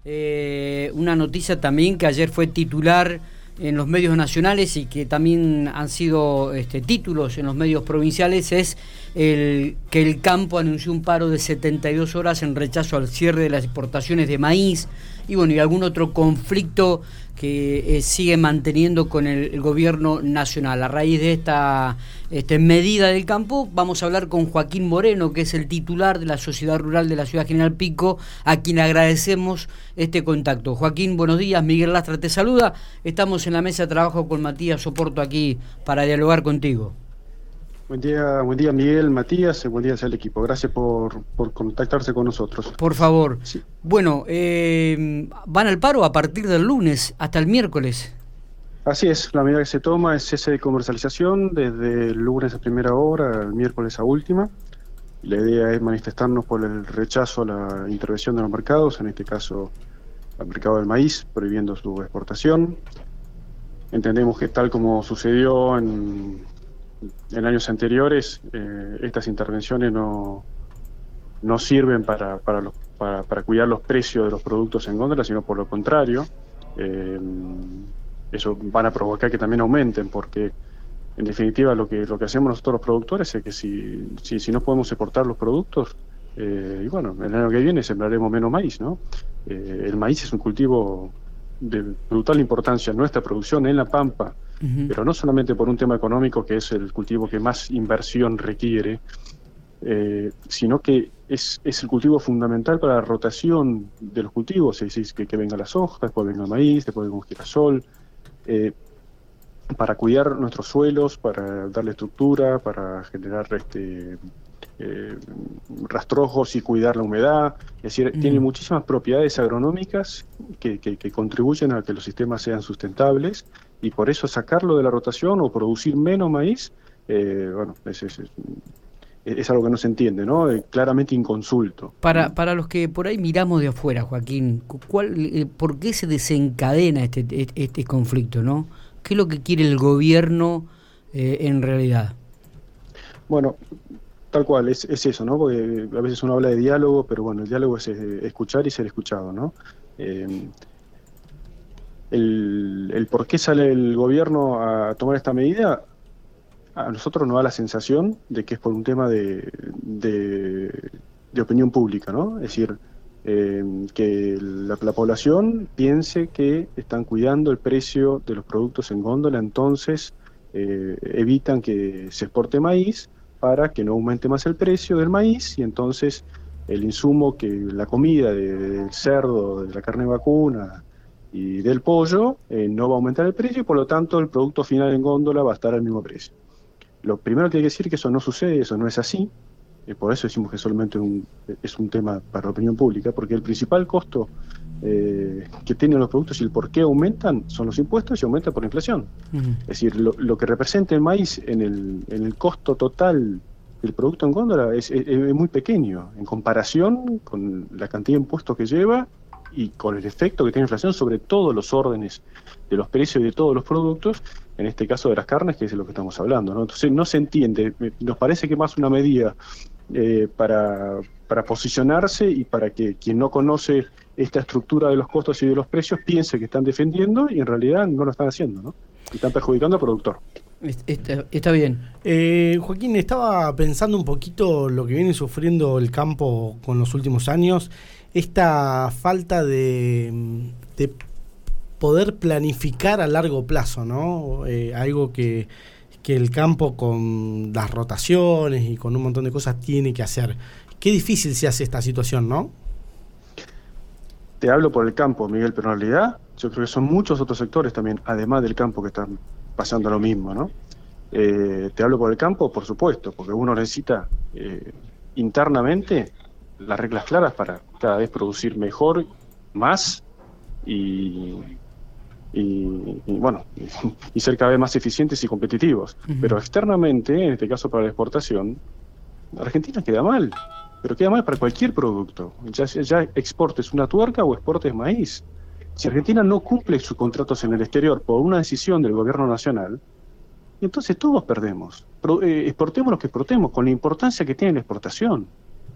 Una noticia también que ayer fue titular en los medios nacionales y que también han sido títulos en los medios provinciales es que el campo anunció un paro de 72 horas en rechazo al cierre de las exportaciones de maíz y bueno, y algún otro conflicto que sigue manteniendo con el gobierno nacional. A raíz de esta medida del campo, vamos a hablar con Joaquín Moreno, que es el titular de la Sociedad Rural de la Ciudad General Pico, a quien agradecemos este contacto. Joaquín, buenos días. Miguel Lastra te saluda. Estamos en la mesa de trabajo con Matías Soporto aquí para dialogar contigo. Buen día Miguel, Matías, buen día al equipo. Gracias por contactarse con nosotros. Por favor. Sí. Bueno, van al paro a partir del lunes hasta el miércoles. Así es, la medida que se toma es cese de comercialización desde el lunes a primera hora, el miércoles a última. La idea es manifestarnos por el rechazo a la intervención de los mercados, en este caso al mercado del maíz, prohibiendo su exportación. Entendemos que tal como sucedió en años anteriores, estas intervenciones no sirven para cuidar los precios de los productos en góndola, sino por lo contrario, eso van a provocar que también aumenten, porque en definitiva lo que hacemos nosotros los productores es que si no podemos exportar los productos, y bueno, el año que viene sembraremos menos maíz, ¿no? El maíz es un cultivo de brutal importancia en nuestra producción en La Pampa, pero no solamente por un tema económico, que es el cultivo que más inversión requiere, sino que es el cultivo fundamental para la rotación de los cultivos, es decir, que venga la soja, después venga el maíz, después venga un girasol, para cuidar nuestros suelos, para darle estructura, para generar rastrojos y cuidar la humedad. Es decir, tiene muchísimas propiedades agronómicas que contribuyen a que los sistemas sean sustentables, y por eso sacarlo de la rotación o producir menos maíz, bueno, es algo que no se entiende, ¿no? Claramente inconsulto. Para los que por ahí miramos de afuera, Joaquín, ¿por qué se desencadena este conflicto, no? ¿Qué es lo que quiere el gobierno en realidad? Bueno, tal cual, es eso, ¿no? Porque a veces uno habla de diálogo, pero bueno, el diálogo es escuchar y ser escuchado, ¿no? El por qué sale el gobierno a tomar esta medida, a nosotros nos da la sensación de que es por un tema de opinión pública, ¿no? Es decir, que la población piense que están cuidando el precio de los productos en góndola, entonces evitan que se exporte maíz para que no aumente más el precio del maíz, y entonces el insumo, que la comida del cerdo, de la carne vacuna y del pollo, no va a aumentar el precio, y por lo tanto el producto final en góndola va a estar al mismo precio. Lo primero que hay que decir es que eso no sucede, eso no es así. Por eso decimos que solamente es un tema para la opinión pública, porque el principal costo que tienen los productos y el por qué aumentan son los impuestos, y aumentan por la inflación. Es decir, lo que representa el maíz en el costo total del producto en góndola es muy pequeño en comparación con la cantidad de impuestos que lleva y con el efecto que tiene la inflación sobre todos los órdenes de los precios y de todos los productos, en este caso de las carnes, que es de lo que estamos hablando, ¿no? Entonces no se entiende, nos parece que más una medida para posicionarse y para que quien no conoce esta estructura de los costos y de los precios piense que están defendiendo, y en realidad no lo están haciendo, ¿no? Y están perjudicando al productor. Está bien. Joaquín, estaba pensando un poquito lo que viene sufriendo el campo con los últimos años, esta falta de poder planificar a largo plazo, ¿no? Algo que el campo, con las rotaciones y con un montón de cosas, tiene que hacer. Qué difícil se hace esta situación, ¿no? Te hablo por el campo, Miguel, pero en realidad yo creo que son muchos otros sectores también, además del campo, que están pasando lo mismo, ¿no? Te hablo por el campo, por supuesto, porque uno necesita internamente las reglas claras para cada vez producir mejor, más y bueno, y ser cada vez más eficientes y competitivos. Pero externamente, en este caso para la exportación, Argentina queda mal, pero queda mal para cualquier producto, ya exportes una tuerca o exportes maíz. Si Argentina no cumple sus contratos en el exterior por una decisión del gobierno nacional, entonces todos perdemos. Exportemos lo que exportemos, con la importancia que tiene la exportación.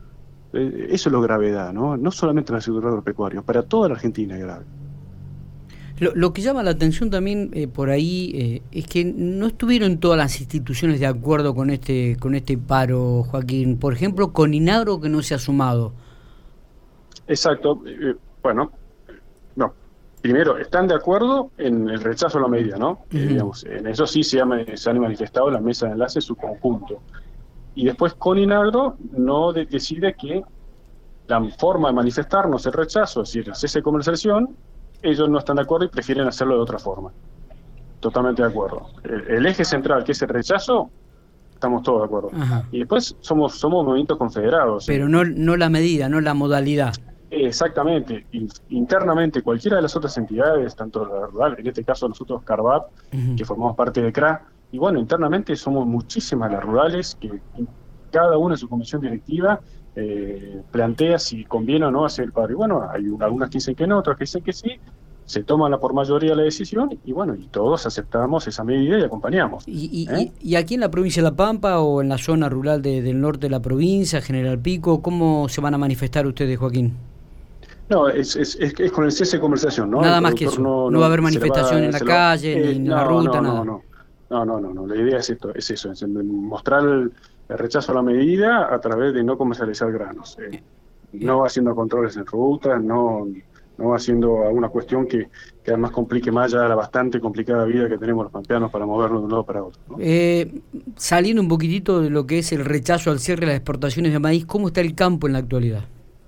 Eso es lo gravedad, ¿no? No solamente en el sector agropecuario, para toda la Argentina es grave. Lo que llama la atención también por ahí es que no estuvieron todas las instituciones de acuerdo con este paro, Joaquín. Por ejemplo, con Inagro, que no se ha sumado. Exacto. Bueno, no. Primero, están de acuerdo en el rechazo a la medida, ¿no? Digamos, en eso sí se han manifestado en la mesa de enlace su conjunto. Y después con Inagro no decide que la forma de manifestarnos el rechazo, es decir, el cese de comercialización, ellos no están de acuerdo y prefieren hacerlo de otra forma. Totalmente de acuerdo. El eje central, que es el rechazo, estamos todos de acuerdo. Ajá. Y después somos movimientos confederados. Pero no la medida, no la modalidad. Exactamente. Internamente, cualquiera de las otras entidades, tanto la rural, en este caso nosotros Carvap, que formamos parte de CRA, y bueno, internamente somos muchísimas las rurales que cada una en su comisión directiva plantea si conviene o no hacer el paro. Y bueno, hay algunas que dicen que no, otras que dicen que sí, se toma por mayoría la decisión y bueno, y todos aceptamos esa medida y acompañamos. ¿Y aquí en la provincia de La Pampa o en la zona rural del norte de la provincia, General Pico, cómo se van a manifestar ustedes, Joaquín? No, es con el cese de conversación, ¿no? Nada más que eso. No va a haber manifestación en la calle, ni en la ruta, nada. No. La idea es eso, es mostrar el rechazo a la medida a través de no comercializar granos. No haciendo controles en rutas, no haciendo alguna cuestión que además complique más ya la bastante complicada vida que tenemos los pampeanos para movernos de un lado para otro, ¿no? Saliendo un poquitito de lo que es el rechazo al cierre de las exportaciones de maíz, ¿cómo está el campo en la actualidad?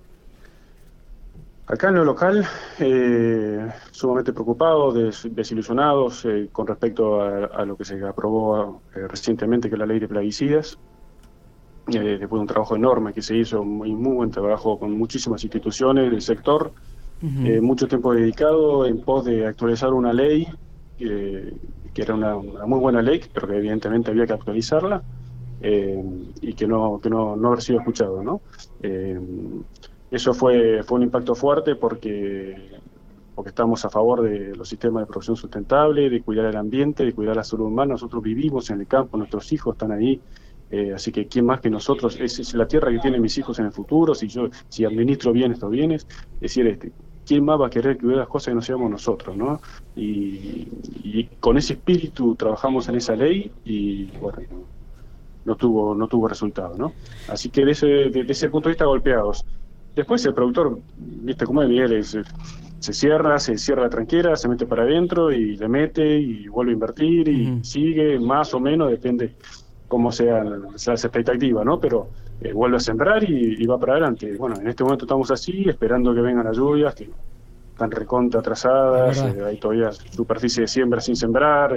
Acá en lo local, sumamente preocupados, desilusionados con respecto a lo que se aprobó recientemente, que es la ley de plaguicidas. Después de un trabajo enorme que se hizo, muy buen trabajo con muchísimas instituciones del sector, mucho tiempo dedicado en pos de actualizar una ley que era una muy buena ley, pero que evidentemente había que actualizarla y que no haber sido escuchado, ¿no? Eso fue un impacto fuerte porque estamos a favor de los sistemas de producción sustentable, de cuidar el ambiente, de cuidar la salud humana. Nosotros vivimos en el campo, nuestros hijos están ahí, así que quién más que nosotros, es la tierra que tienen mis hijos en el futuro, si administro bien estos bienes, es decir, quién más va a querer que hubiera las cosas que no seamos nosotros, ¿no? Y con ese espíritu trabajamos en esa ley y bueno, no tuvo resultado, ¿no? Así que desde ese punto de vista golpeados. Después el productor, viste cómo es Miguel, se cierra la tranquera, se mete para adentro y le mete y vuelve a invertir y sigue más o menos, depende cómo sea esa expectativa, ¿no? Pero vuelve a sembrar y va para adelante. Bueno, en este momento estamos así, esperando que vengan las lluvias, que están recontra atrasadas, hay todavía superficie de siembra sin sembrar,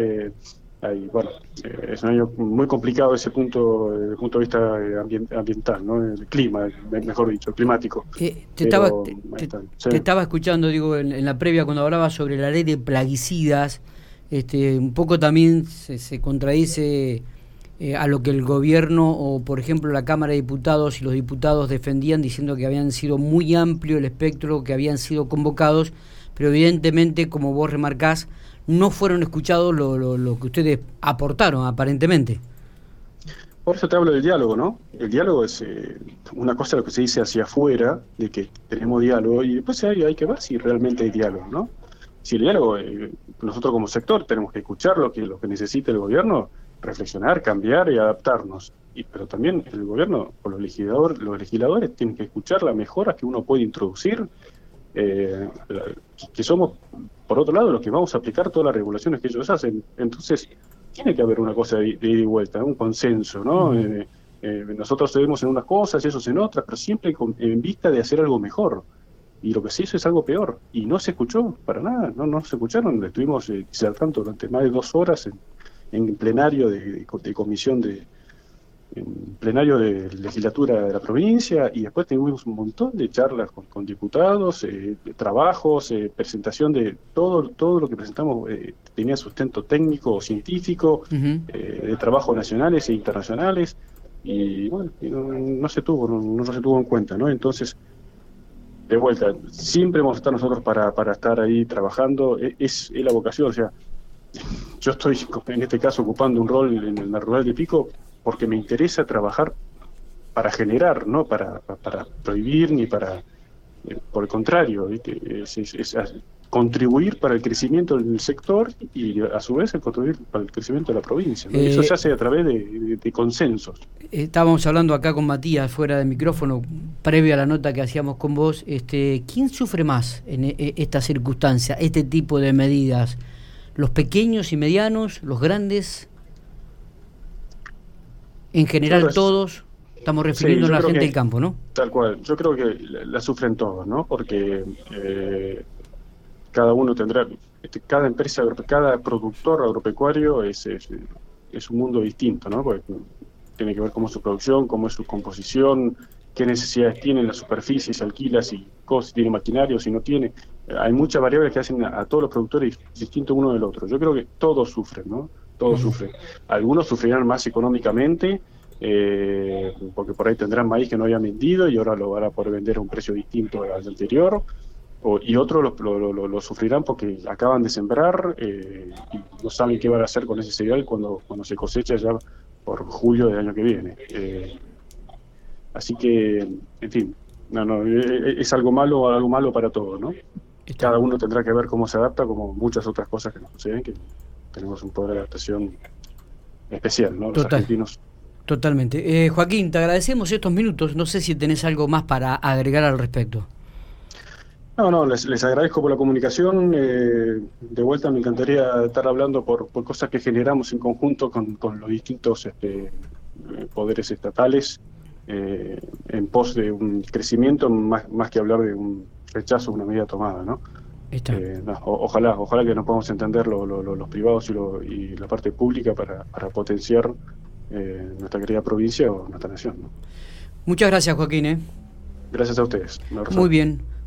es un año muy complicado desde desde el punto de vista ambiental, ¿no? El clima, mejor dicho, climático. Te estaba escuchando, digo, en la previa cuando hablaba sobre la ley de plaguicidas, un poco también se contradice a lo que el gobierno o, por ejemplo, la Cámara de Diputados y los diputados defendían, diciendo que habían sido muy amplio el espectro, que habían sido convocados, pero evidentemente, como vos remarcás, no fueron escuchados lo que ustedes aportaron, aparentemente. Por eso te hablo del diálogo, ¿no? El diálogo es una cosa lo que se dice hacia afuera, de que tenemos diálogo, y después hay que ver si realmente hay diálogo, ¿no? Si el diálogo, nosotros como sector tenemos que escuchar lo que necesita el gobierno, reflexionar, cambiar y adaptarnos. Pero también el gobierno o los legisladores tienen que escuchar las mejoras que uno puede introducir, que somos, por otro lado, los que vamos a aplicar todas las regulaciones que ellos hacen. Entonces, tiene que haber una cosa de ida y vuelta, un consenso, ¿no? Nosotros cedemos en unas cosas, ellos en otras, pero siempre en vista de hacer algo mejor. Y lo que se hizo es algo peor. Y no se escuchó para nada, no se escucharon. Estuvimos disertando durante más de 2 horas en plenario de comisión en plenario de legislatura de la provincia, y después tuvimos un montón de charlas con diputados, trabajos, presentación de todo lo que presentamos tenía sustento técnico o científico, de trabajos nacionales e internacionales, y bueno, no se tuvo en cuenta, ¿no? Entonces, de vuelta, siempre vamos a estar nosotros para estar ahí trabajando, es la vocación. O sea, yo estoy en este caso ocupando un rol en la rural de Pico porque me interesa trabajar para generar, no para prohibir ni para... por el contrario, ¿viste? Es contribuir para el crecimiento del sector y a su vez contribuir para el crecimiento de la provincia, ¿no? Eso se hace a través de consensos. Estábamos hablando acá con Matías fuera de micrófono, previo a la nota que hacíamos con vos. ¿Quién sufre más en esta circunstancia, este tipo de medidas? ¿Los pequeños y medianos, los grandes? En general todos. Estamos refiriendo a la gente del campo, ¿no? Tal cual. Yo creo que la sufren todos, ¿no? Porque cada uno tendrá, cada empresa, cada productor agropecuario es un mundo distinto, ¿no? Porque tiene que ver cómo es su producción, cómo es su composición, qué necesidades tiene en la superficie, si alquila, si tiene maquinario, si no tiene. Hay muchas variables que hacen a todos los productores distintos uno del otro. Yo creo que todos sufren, ¿no? Todos sufren. Algunos sufrirán más económicamente, porque por ahí tendrán maíz que no habían vendido y ahora lo van a poder vender a un precio distinto al anterior, y otros lo sufrirán porque acaban de sembrar y no saben qué van a hacer con ese cereal cuando se cosecha ya por julio del año que viene. Así que, en fin, es algo malo para todos, ¿no? Cada uno tendrá que ver cómo se adapta, como muchas otras cosas que nos suceden, que tenemos un poder de adaptación especial, ¿no? Los argentinos. Totalmente. Joaquín, te agradecemos estos minutos. No sé si tenés algo más para agregar al respecto. No, les agradezco por la comunicación. De vuelta me encantaría estar hablando por cosas que generamos en conjunto con los distintos poderes estatales en pos de un crecimiento, más que hablar de un rechazo a una medida tomada, ¿no? Ojalá que nos podamos entender los privados y la parte pública para potenciar nuestra querida provincia o nuestra nación, ¿no? Muchas gracias, Joaquín. Gracias a ustedes. Muy bien.